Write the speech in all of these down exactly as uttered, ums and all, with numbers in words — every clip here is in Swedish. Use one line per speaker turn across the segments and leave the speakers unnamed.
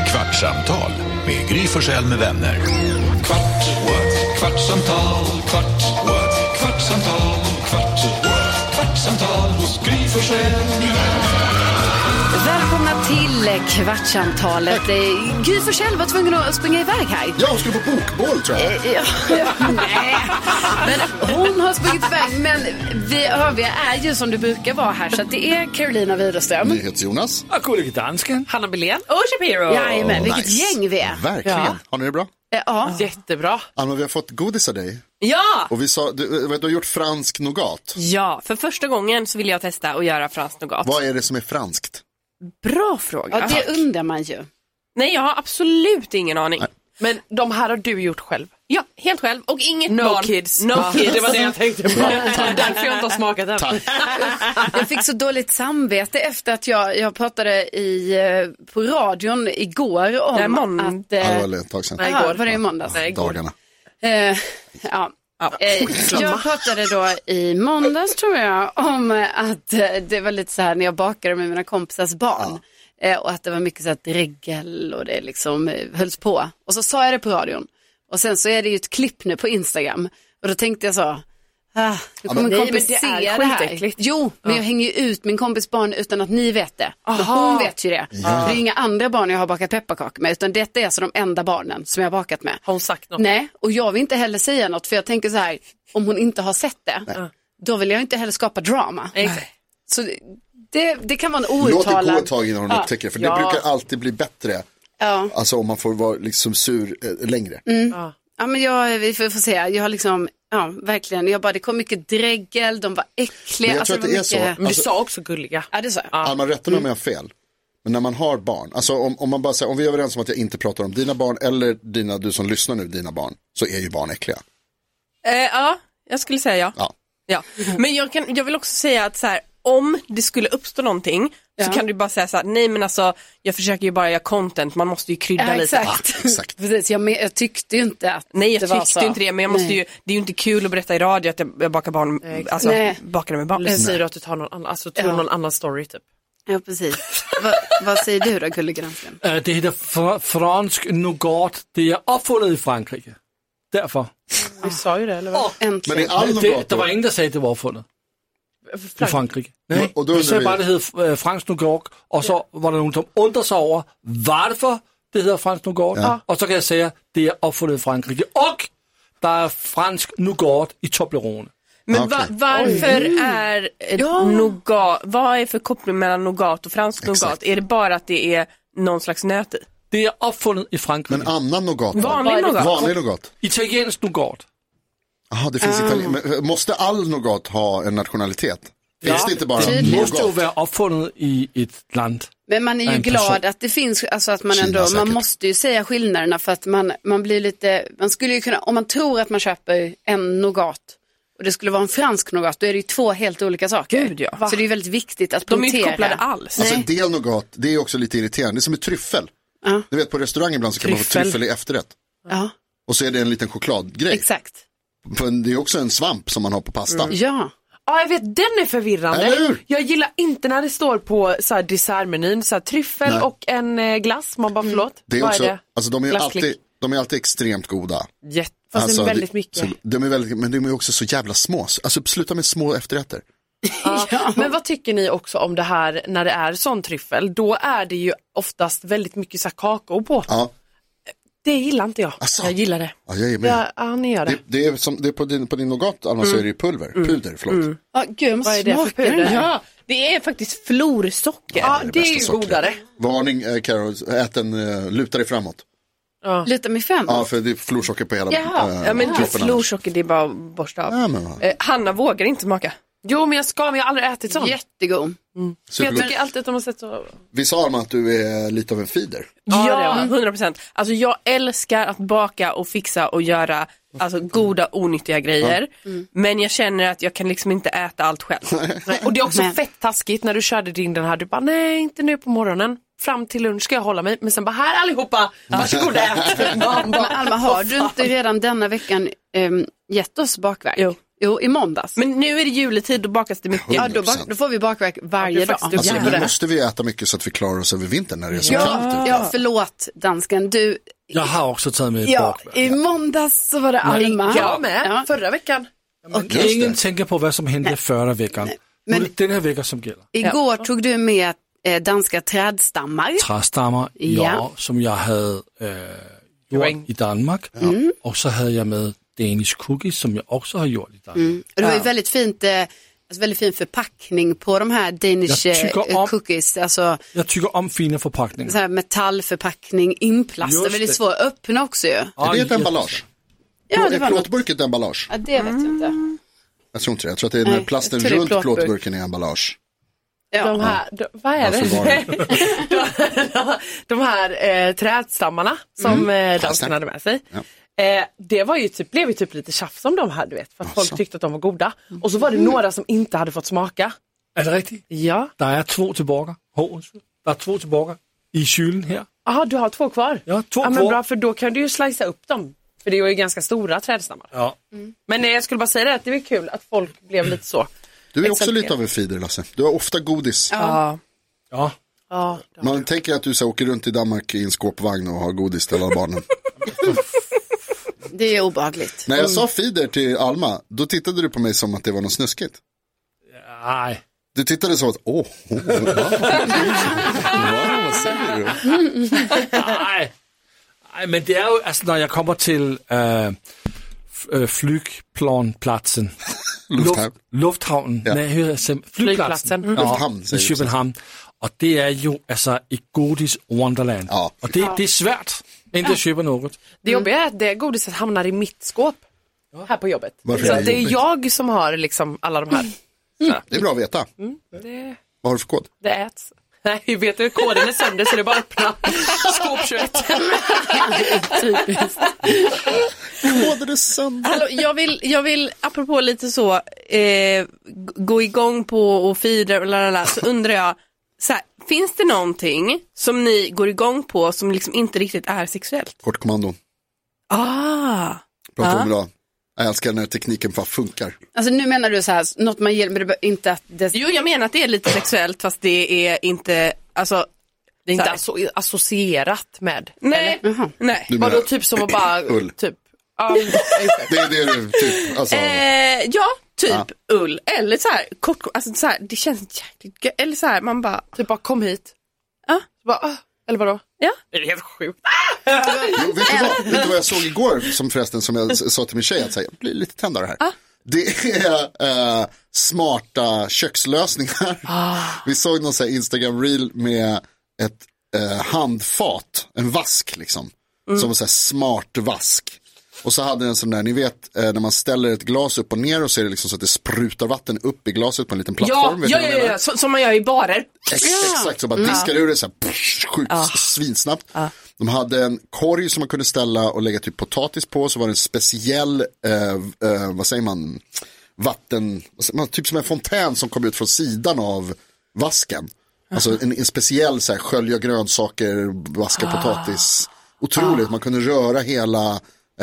Kvartsamtal med Gry Forssell med vänner. Kvart, what? Kvartsamtal, kvart, what? Kvartsamtal, kvart, what? Kvartsamtal hos Gry Forssell med vänner.
Välkomna till Kvartsamtalet. Gry Forssell var tvungen att springa iväg här.
Ja, hon skulle på bokboll, tror jag.
Ja, nej, men hon har sprungit iväg. Men vi övriga är ju som du brukar vara här. Så det är Carolina Widerström,
Nyhets-Jonas
och Gullige Dansken,
Hanna Belén och Shapiro.
Jajamän, vilket
nice.
gäng vi är.
Verkligen,
Ja.
har ni det bra?
Ja,
Jättebra.
Alma, vi har fått godis av dig.
Ja!
Och vi sa, du, du har gjort fransk nougat.
Ja, för första gången så vill jag testa att göra fransk nougat.
Vad är det som är franskt?
Bra fråga.
ja, det undrar man ju.
Nej, jag har absolut ingen aning.
Nej.
Men de här har du gjort själv?
Ja, helt själv. Och inget
No
barn.
kids.
No
Ja,
kids.
det var det jag tänkte på. Därför jag inte har smakat den.
Tack.
Jag fick så dåligt samvete efter att jag, jag pratade i, på radion igår om
Nej, mån-
att...
Ja,
Eh,
det var ett tag sedan.
aha, var det i måndags?
Nej, igår.
Dagarna.
Eh, ja.
Ja.
Eh, jag pratade då i måndags, tror jag, om att eh, det var lite så här när jag bakade med mina kompisars barn. Eh, och att det var mycket så här dregel och det liksom eh, hölls på. Och så sa jag det på radion. Och sen så är det ju ett klipp nu på Instagram. Och då tänkte jag så, ah, nu kommer
men-
en
nej,
kompis
men det är
se det här.
skitäckligt.
Jo, men jag hänger ju ut min kompis barn utan att ni vet det. Men hon vet ju det. För det är inga andra barn jag har bakat pepparkakor med. Utan detta är alltså de enda barnen som jag har bakat med.
Har hon sagt något?
Nej, och jag vill inte heller säga något. För jag tänker så här, om hon inte har sett det,
Nej.
då vill jag inte heller skapa drama.
Exakt.
Så det, det kan vara en
Låt det
outtalad...
gå ett tag innan hon
Ja.
upptäcker det. För
Ja.
det brukar alltid bli bättre.
Ja.
Alltså om man får vara liksom sur eh, längre.
Ja.
Ja, men jag, vi får, får se. Jag har liksom, ja, verkligen. Jag bara, det kom mycket dregel, de var äckliga.
Men jag tror
det
att det
var
är så.
mycket-
Men du
Alltså-
sa också gulliga.
Ja, det sa jag.
Alma, rätta mig om jag har fel. Men när man har barn, alltså om, om man bara säger, om vi är överens om att jag inte pratar om dina barn eller dina, du som lyssnar nu, dina barn, så är ju barn äckliga.
Eh, ja, jag skulle säga ja.
Ja.
Ja. Men jag, kan, jag vill också säga att så här, om det skulle uppstå någonting
Ja.
så kan du bara säga så här, nej men alltså jag försöker ju bara göra content, man måste ju krydda
Ja,
lite.
exakt.
Ah, exakt.
Precis, jag, men, jag tyckte ju inte att
Nej, jag
det var
tyckte
så.
ju inte det, men jag måste
Nej.
ju, det är ju inte kul att berätta i radio att jag, jag bakar barn, alltså
Nej.
bakade med barn.
Eller säger du att du tar någon annan, alltså tror
Ja.
någon annan story typ.
Ja, precis. Va, vad säger du då, Gullegransken?
Uh, det heter fr- fransk nougat. Det är uppfundet i Frankrike. Därför.
Vi sa ju det, eller vad?
Men
Äntligen.
i all
Det,
nougat
det var
då?
ingen, der sagde, at det var opfundet i
Frank.
Frankrike. Nej,
Och då
de
undrar
sagde
vi-
bare, det hed uh, fransk nougat, og så var der nogen, som undrede sig over, varför det hedder fransk nougat.
Ja.
Og så kan jeg sige, at det er opfundet i Frankrike. Og der er fransk nougat i Toblerone.
Men
Okej.
va, varför är ja. nougat, vad är för koppling mellan nougat och fransk
Exakt.
nougat? Är det bara att det är någon slags nöt i?
Det er opfundet i Frankrike.
Men annan nougat då?
Vanlig nougat?
Vanlig nougat?
Italiensk nougat.
Jaha, det finns italien... Men måste all nougat ha en nationalitet? Finns det inte bara
Det måste jo
nougat?
være opfundet i et land.
Men man är ju
En
glad
person.
att det finns, alltså att man
Kina
ändå, man
säkert.
måste ju säga skillnaderna för att man, man blir lite, man skulle ju kunna, om man tror att man köper en nougat och det skulle vara en fransk nougat, då är det ju två helt olika saker.
Gud, ja.
Så det är ju väldigt viktigt att
De är ju
punktera.
inte kopplade alls.
Alltså
Nej.
del nougat, det är också lite irriterande. Det är som ett tryffel.
Ja.
Du vet på restaurang ibland så kan man få
Tryffel.
tryffel i efterrätt.
Ja,
Och så är det en liten chokladgrej.
exakt.
Men det är också en svamp som man har på pasta.
Ja.
Ja, jag vet, den är förvirrande.
Eller hur?
Jag gillar inte när det står på så här dessertmenyn, så här tryffel
Nej.
och en eh, glass. Man bara, förlåt.
Det är
Vad
också,
är det?
alltså de är,
Glassklick.
alltid, de är alltid extremt goda.
Jätte, fast
Alltså,
det är väldigt
det-
mycket.
Så, de är väldigt, men de är också så jävla små. Alltså sluta med små efterrätter.
Ja. Men vad tycker ni också om det här när det är sån tryffel? Då är det ju oftast väldigt mycket så här kakao på.
Ja,
Det gillar inte jag.
Asså.
Jag gillar det.
ja jag är med.
Ja, ja ni gör det.
Det, det är som det är på din, på din nougat, annars så är det ju pulver. Puder, förlåt.
Ja, gud, jag måste
Vad är det för
smaka den
puder?
här.
Ja, det är faktiskt florsocker.
Ja,
det
det är
bästa
ju
sockret.
godare.
Varning, eh, Karo, ät en, uh, luta dig framåt.
Luta mig fram.
Ja, för det är florsocker på hela
Jaha.
eh,
Ja, men inte
kroppen.
florsocker, det är bara att borsta av.
Ja, men vad-
Eh, Hanna vågar inte smaka.
Jo, men jag ska, men jag har aldrig ätit sånt.
Jättegod.
Men jag
Supergott.
tycker alltid att de har sett så...
Vi sa Alma att du är lite av en feeder.
Ja, hundra procent. Alltså jag älskar att baka och fixa och göra alltså, goda, onyttiga grejer. Men jag känner att jag kan liksom inte äta allt själv.
Nej, och det är också
Men-
fett taskigt när du körde din den här. Du bara, nej, inte nu på morgonen. Fram till lunch ska jag hålla mig. Men sen bara, här allihopa, varsågod ät. Man
Men
bara,
Alma, har du inte redan denna veckan um, gett oss bakverk?
Jo.
Jo, i måndags.
Men nu är det juletid, då bakas det mycket.
Ja, då, bak, då får vi bakverk varje dag.
Alltså,
Ja.
nu måste vi äta mycket så att vi klarar oss över vintern när det är så
Ja,
kallt ute.
ja, förlåt dansken. Du,
Jag har också tagit med ett
ja,
bakverk.
i måndags så var det Alma.
Jag med,
Ja.
förra veckan.
Just
Ingen
det.
tänker på vad som hände förra veckan. Nu
Men-
är det den här veckan som gäller.
Igår tog du med eh, danska trädstammar.
Trädstammar, ja.
Ja.
som jag hade äh, gjort i Danmark.
Mm.
Och så hade jag med Danish cookies som jag också har gjort i Danmark.
Mm. Och det var ju väldigt fint, eh, alltså väldigt fin förpackning på de här Danish
Jag tycker
eh,
om-
cookies. Alltså
Jag tycker om fina förpackningar.
så här metallförpackning, inplast.
Just
Det är väldigt
det.
svårt att öppna också ju.
Är det ett emballage?
Ja, det
är
var något.
plåtburk ett emballage?
Ja, det vet jag inte.
Jag tror inte det. Jag tror att det är när
Nej,
plasten
jag tror det är
runt
plåtburk.
plåtburken är emballage.
Ja.
De här, de, vad är det? de, de här eh, trädstammarna som eh, danskarna hade med sig.
Ja.
Eh, det var ju typ, blev ju typ lite tjafs om de här, du vet. För att folk tyckte att de var goda. Och så var det några som inte hade fått smaka.
Är det riktigt?
Ja.
Det är två tillbaka. Oh, undskyld. Det är två tillbaka i kylen här.
Jaha, du har två kvar?
Ja, två
ja, men
kvar.
bra, för då kan du ju slicea upp dem. För det är ju ganska stora trädstammar.
Ja.
Men eh, jag skulle bara säga det, att det är kul att folk blev lite så.
Du är också
Exakt.
lite av en feeder, Lasse. Du har ofta godis.
Ja.
Ja.
Ja.
Man tänker att du så åker runt i Danmark i en skåpvagn och har godis till alla barnen.
Det är obehagligt.
När jag sa feeder till Alma, då tittade du på mig som att det var något snuskigt.
Nej.
Du tittade så att, åh, oh, oh, wow. Wow, vad säger du?
Nej. Nej, men det är ju, alltså när jag kommer till äh, f- äh, flygplanplatsen.
Lufthavn.
Luft, lufthavnen.
Ja.
Nej, hur är det? Flygplatsen.
Flygplatsen.
Ja,
Lufthamn,
i
säger vi.
Köpenhamn. Och det är ju alltså ett godis wonderland.
Ja.
Och det, det är svårt inte att köpa något.
Det jobbiga är att det godiset hamnar i mitt skåp. Här på jobbet.
Varför
Så
är det
att det är
jobbigt?
jag som har liksom alla de här.
Det är bra att veta.
Det,
Vad har du för kod?
det äts. Nej, vi vet ju koden är sönder så det är bara att öppna skåp tjugoett.
Typiskt.
Koden är sönder.
Hallå, jag vill, jag vill apropå lite så eh, g- gå igång på och fira och lalala, så undrar jag så här, finns det någonting som ni går igång på som liksom inte riktigt är sexuellt?
Kortkommandon.
Ah,
Pratar
Ja.
om idag. Jag älskar när tekniken bara funkar.
Alltså nu menar du så här, något man ger, men det bör inte att det...
jo jag menar att det är lite sexuellt fast det är inte, alltså
Det är inte
så här-
asso- associerat med.
nej,
Jaha.
nej.
Du
Vadå
menar,
typ som att bara,
Ull.
typ. Ja, exakt.
det är det du typ, alltså.
Eh, ja, typ
Ja.
ull eller så här kort, alltså så här, det känns jäkligt gö- eller så här, man bara,
Typ bara kom hit.
Ja.
Bara, ah, eller vadå?
ja.
Det är helt sjukt.
Jo, vet, du vad, vet du vad jag såg igår, som förresten som jag s- sa till min tjej, att säga, jag blir lite tänd av det här.
Ah.
Det är eh, smarta kökslösningar. Vi såg någon så här Instagram-reel med ett eh, handfat, en vask liksom, som en så här smart vask. Och så hade den sån där, ni vet eh, när man ställer ett glas upp och ner och så är det liksom så att det sprutar vatten upp i glaset på en liten
Ja,
plattform. Vet
ja,
ni vad
ja,
jag
ja,
menar?
så, som man gör i barer.
Ex- Exakt, så bara diskar ur det så här, pff, sjukt svinsnabbt. De hade en korg som man kunde ställa och lägga typ potatis på, så var det en speciell, eh, eh, vad säger man, vatten, vad säger man, typ som en fontän som kom ut från sidan av vasken. Alltså en, en speciell så här, skölja grönsaker, vaska potatis. Otroligt, man kunde röra hela,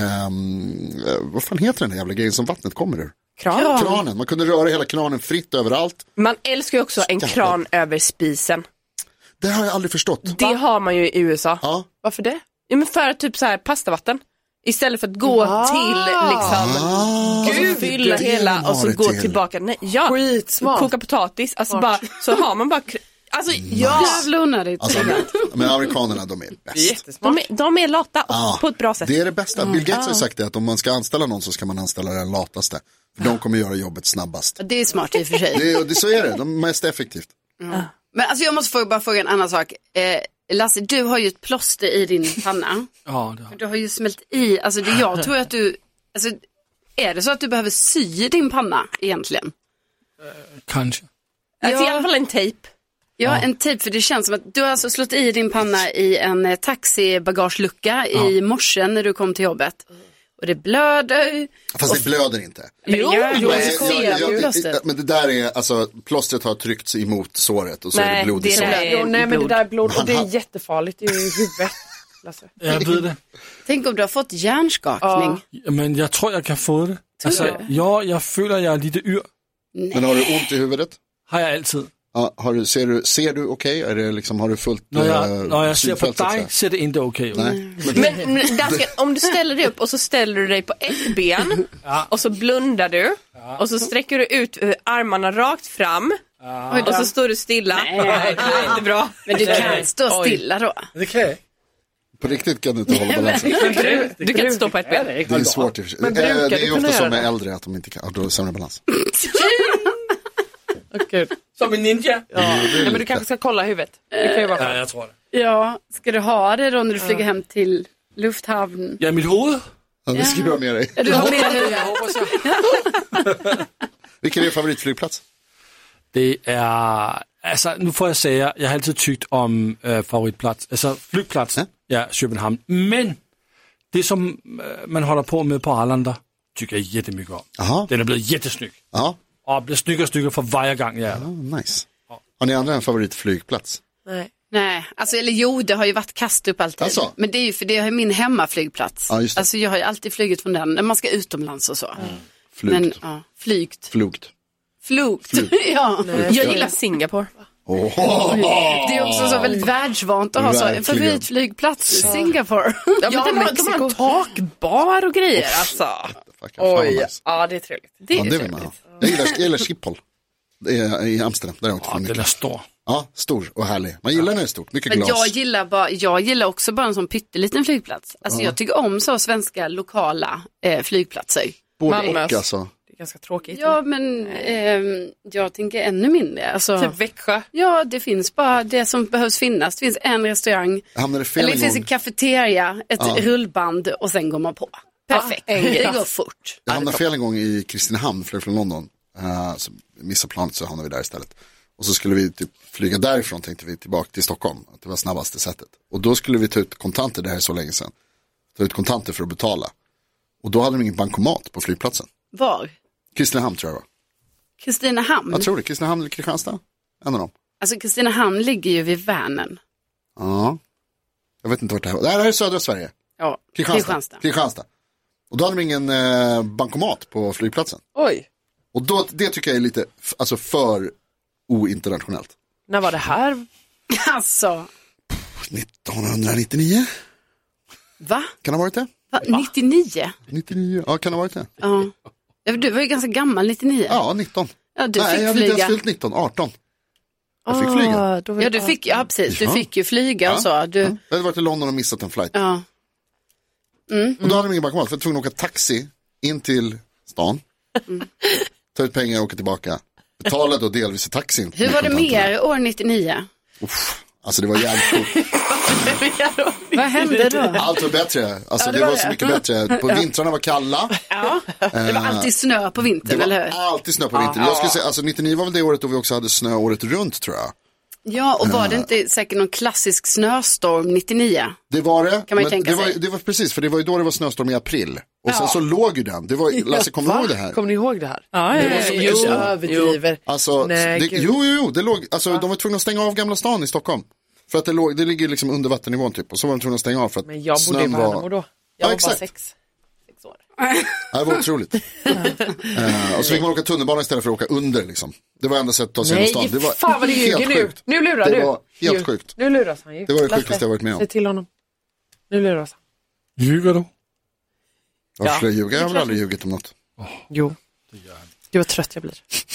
ehm, eh, vad fan heter den där jävla grejen som vattnet kommer ur?
Kran.
Kranen, man kunde röra hela kranen fritt överallt.
Man älskar ju också en
Jävlar.
kran över spisen.
Det har jag aldrig förstått.
Det har man ju i U S A.
Ja.
Varför det?
Ja, men för typ så här pastavatten. Istället för att gå till liksom
Ah,
och så fylla
det
hela
var
och så
det
gå
till.
tillbaka. Nej, ja,
Skitsmart.
koka potatis. Alltså bara, så har man bara, alltså ja,
Jävla onödigt.
Alltså, men amerikanerna, de är bäst.
Jättesmart.
de är, de är lata och
Ja,
på ett bra sätt.
Det är det bästa. Bill Gates har sagt det, att om man ska anställa någon så ska man anställa den lataste. För de kommer göra jobbet snabbast.
Det är smart i och för sig.
Det, är- det, så är det, de är mest effektivt.
Men alltså jag måste få, bara fråga en annan sak. Eh, Lasse, du har ju ett plåster i din panna.
Ja, det har
Du har ju smält i, alltså det, jag tror att du, alltså är det så att du behöver sy din panna egentligen?
kanske.
Alltså, I
Ja.
alla fall en tejp.
Ja, en tejp, för det känns som att du har alltså slått i din panna i en eh, taxibagagelucka i morse när du kom till jobbet. Och det blöder.
Fast det blöder inte.
Jo, jo,
Men,
jag
jag-
ser
jag-
ju
jag-
plåstret.
men det där är, alltså plåstret har tryckts emot såret och så är
Nej,
det blod i
det är
såret.
det.
Jo, nej men det
blod.
där är blod och det är jättefarligt i huvudet. Lasse.
Jag vet det.
Tänk om du har fått hjärnskakning.
Ja.
Men jag tror jag kan få det. Alltså, ja, jag känner jag är lite yr.
Men har du ont i huvudet?
Har jag alltid.
Ja, har du, ser du, ser du okej? Okay? Är det liksom, har du fullt
När jag,
äh,
när jag ser på
synfält, så att
dig
säga?
ser det inte okej okay ut.
Nej.
Men, men Dansken, om du ställer dig upp och så ställer du dig på ett ben
Ja.
och så blundar du och så sträcker du ut eh, armarna rakt fram och så står du stilla.
Nej.
Det är inte bra.
Men du kan stå stilla då.
Det kan jag.
På riktigt kan du inte hålla balansen.
Du, du kan inte stå på ett ben.
Det är svårt i och för sig.
Men brukar
Eh, Det
du
är
kunna
ofta så
göra
med
det?
äldre att de inte kan, att då är det sämre balans.
Åh, Gud.
Som en ninja.
Ja. Nej, men du kanske ska kolla huvudet. Det kan ju vara
Ja,
skönt.
jag tror det.
Ja, ska du ha det då när du flyger hem till lufthavn?
Ja, mitt huvud.
Ja, det ska du ha med dig.
Du har med dig.
Jag hoppas jag.
Vilken är din favoritflygplats?
Det är, alltså nu får jag säga, jag har alltid tyckt om äh, favoritplats, alltså flygplats,
Ja.
ja, Köpenhamn. Men det som äh, man håller på med på Arlanda tycker jag jättemycket om.
Jaha.
Den är blivit jättesnygg.
Ja,
Och blir snyggare och snyggare för varje gång jag är där.
oh, nice. Har ni andra en favoritflygplats?
Nej.
Nej, alltså eller jo, det har ju varit Kastrup alltid.
Alltså?
Men det är ju för det är min hemmaflygplats.
Ja, just det.
Alltså jag har ju alltid flugit från den när man ska utomlands och så.
Flugt.
Men ja, flygt.
Flugt.
Flugt. ja.
Jag gillar Singapore.
Oh.
Det är också så väldigt världsvant att ha så en
Verkligen.
favoritflygplats, Singapore.
Ja, men
Ja,
de, har, de
Mexiko.
har en takbar och grejer alltså.
Fuck, fan vad
Oj,
nice.
ja det är trevligt.
Det är
Ja, det vill
trevligt.
man ha. Jag gillar, jag gillar Schiphol. Det är i Amsterdam. Där är jag
Ja,
inte
den är stor.
Ja, stor och härlig. Man gillar när det är stort. Mycket
Men
glas.
jag gillar, bara, jag gillar också bara en sån pytteliten flygplats. Alltså jag tycker om så svenska lokala eh, flygplatser.
Både
Malmös.
och alltså.
Det är ganska tråkigt.
Ja, men ehm, jag tänker ännu mindre. Alltså,
Typ Växjö.
ja, det finns bara det som behövs finnas. Det finns en restaurang,
Hamnade fel
eller
en
det finns
gång.
en kafeteria, ett
Ja.
rullband och sen går man på. Perfekt,
en
det
grej.
går fort.
Jag hamnade fel en gång i Kristinehamn, flög från London. Uh, så missade planet, så hamnade vi där istället. Och så skulle vi typ flyga därifrån, tänkte vi, tillbaka till Stockholm. Att det var snabbaste sättet. Och då skulle vi ta ut kontanter, det här är så länge sedan. Ta ut kontanter för att betala. Och då hade de ingen bankomat på flygplatsen.
Var?
Kristinehamn tror jag det var.
Kristinehamn?
Jag tror det, Kristinehamn eller Kristianstad. En av dem.
Alltså Kristinehamn ligger ju vid Vänern.
Ja. Jag vet inte vart det här var. Nej, det här är södra Sverige.
Ja,
Kristianstad.
Kristianstad.
Kristianstad. Och då hade de ingen eh, bankomat på flygplatsen.
Oj,
Och då, det tycker jag är lite, f- alltså för ointernationellt.
när var det här?
Alltså,
nittonhundranittionio,
va?
kan det ha varit det?
va? nittionio?
nittionio, ja kan det ha varit det?
Ja. Ja, du var ju ganska gammal, nittionio.
Ja, nitton.
Ja, du
Nej, jag
fick
hade inte ens
flyga.
fyllt nitton, arton. Jag fick flyga.
Ah, då var
Ja,
det-
du fick, ja precis, du
Ja.
fick ju flyga och så. Du,
Ja. Jag hade varit i London och missat en flight.
ja.
Och då hade de ingen bankomat, för jag var tvungen att åka taxi in till stan. Ta ut pengar och åka tillbaka. Betala då delvis i taxin.
Hur var det mer år nittionio?
Uff, alltså det var jävligt coolt.
Vad hände då?
Allt var bättre. Alltså
Ja, det
det,
var
var så
det.
mycket bättre. På vintrarna var kalla.
Ja, det var alltid snö på
Det
vintern,
var
eller hur?
alltid snö på vintern. Jag skulle säga, alltså nittionio var väl det året då vi också hade snö året runt tror jag.
Ja, och var det inte säkert någon klassisk snöstorm nittionio?
Det var det.
Kan man ju
men
tänka
det, var,
sig.
det var precis, för det var ju då det var snöstorm i april. Och sen så låg ju den. Det var, Lasse, kommer du ihåg det här?
Kommer ni ihåg det här?
Ja,
Det var så mycket
Jo,
snö.
överdriver.
Alltså,
Nej,
det,
gud.
jo, jo, jo, det låg, alltså de var tvungna att stänga av Gamla stan i Stockholm. För att det, låg, det ligger liksom under vattennivån typ. Och så var de tvungna att stänga av för att
Men jag bodde i
snön
Värnamo
var...
då.
Ja,
Jag var bara
exakt.
sex, sex år.
Ja, det var otroligt. uh, och så fick man åka tunnelbana istället för att åka under liksom. Det var enda sättet att ta sig genom
Nej,
stan. Det var
fan vad du
helt
ljuger nu.
sjukt.
Nu lurar
Det
du.
var helt
Ljug.
sjukt.
Nu luras han ju.
Det var det
Lasse,
sjukaste jag varit med om.
säg till honom. Nu luras han.
Ljuger du?
Varför
Ja.
skulle jag ljuga? Jag har väl aldrig ljugit om något.
Jo. Du var trött jag blir.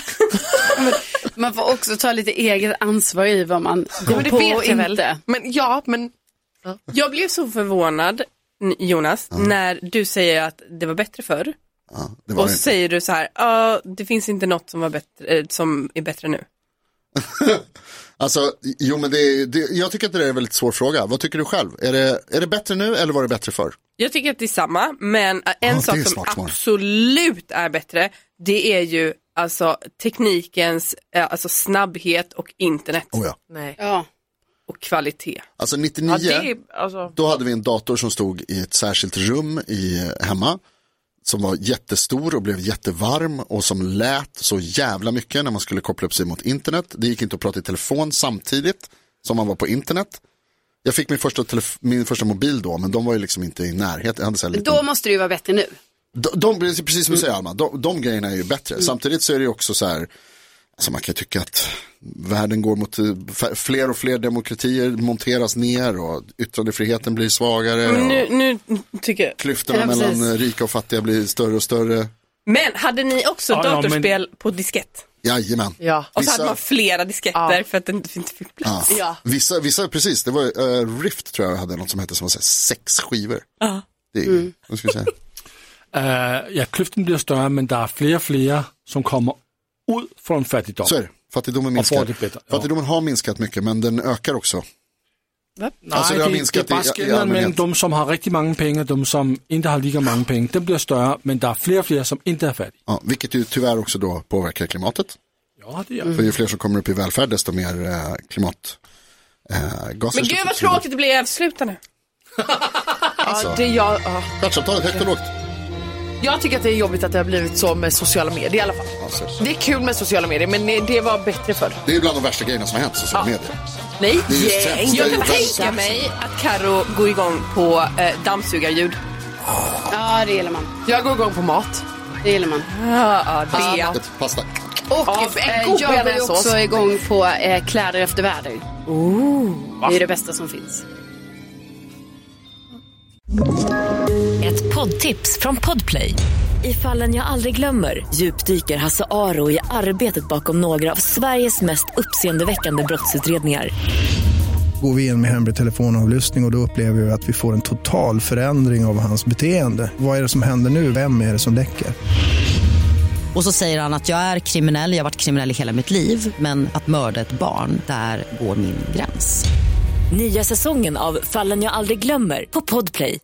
Man får också ta lite eget ansvar i vad man går
men det
på
vet
och
jag väl.
inte.
Men ja, men
Jag blev så förvånad, N- Jonas, när du säger att det var bättre förr.
Ja, det var
Och
det
så
inte.
säger du så här, ja, det finns inte något som, var bättre, eh, som är bättre nu.
Alltså, jo men det, det, jag tycker att det är en väldigt svår fråga. Vad tycker du själv? Är det, är det bättre nu eller var det bättre förr?
Jag tycker att det är samma, men en
det är
sak som
smart svar.
absolut är bättre, det är ju alltså teknikens eh, alltså snabbhet och internet
Oh ja.
nej.
Ja.
och kvalitet.
Alltså
Ja,
nittionio,
det är, alltså,
då hade vi en dator som stod i ett särskilt rum i, hemma. Som var jättestor och blev jättevarm och som lät så jävla mycket när man skulle koppla upp sig mot internet. Det gick inte att prata i telefon samtidigt som man var på internet. Jag fick min första, telef- min första mobil då, men de var ju liksom inte i närheten. Jag hade så här
Men
liten...
då måste det ju vara bättre nu.
De, de, precis som du säger Alma, de, de grejerna är ju bättre. Mm. Samtidigt så är det ju också så här, alltså man kan tycka att världen går mot fler och fler demokratier monteras ner och yttrandefriheten blir svagare.
Men nu, nu tycker jag.
Klyftorna ja, mellan rika och fattiga blir större och större.
Men hade ni också ja, datorspel ja, men... på diskett?
Jajamän.
Ja. Och så
vissa...
hade man flera disketter ja. för att det inte finns plats.
Ja. Ja. Vissa, vissa, precis, det var uh, Rift tror jag hade något som hette som var så här, sex skivor. Ja. Det är mm. vad ska vi säga?
uh, ja, klyften blir större men det är fler och fler som kommer ut från fattigdom.
Så är det. Fattigdomen minskar. Ja. Fattigdomen har minskat mycket men den ökar också.
Nej, alltså det, har minskat det är bara skillnaden mellan de som har riktigt många pengar de som inte har lika många pengar. Den blir större men det är fler och fler som inte är fattiga.
Ja, vilket ju tyvärr också då påverkar klimatet.
Ja, det gör.
Mm. För ju fler som kommer upp i välfärd desto mer eh, klimat eh, gaser.
Men gud vad tråkigt det blev. Sluta nu.
alltså,
ja, det jag, ja.
Kvartsavtalet högt och lågt.
Jag tycker att det är jobbigt att det har blivit så med sociala medier i alla fall. Alltså. Det är kul med sociala medier men det var bättre förr.
Det är bland de värsta grejerna som har hänt, sociala ja. medier.
Nej,
yeah. Jag kan tänka mig att Karo går igång på eh, dammsugarljud.
Ja, det gillar man.
Jag går igång på mat.
Det gillar man.
Ja, det
är ett pasta.
Och ja, eh, jag går också igång på eh, kläder efter väder.
Oh.
Det är det bästa som finns.
Ett poddtips från Podplay. I Fallen jag aldrig glömmer djupdyker Hasse Aro i arbetet bakom några av Sveriges mest uppseendeväckande brottsutredningar.
Går vi in med hemlig telefonavlyssning och då upplever vi att vi får en total förändring av hans beteende. Vad är det som händer nu? Vem är det som läcker?
Och så säger han att jag är kriminell, jag har varit kriminell i hela mitt liv. Men att mörda ett barn, där går min gräns.
Nya säsongen av Fallen jag aldrig glömmer på Podplay.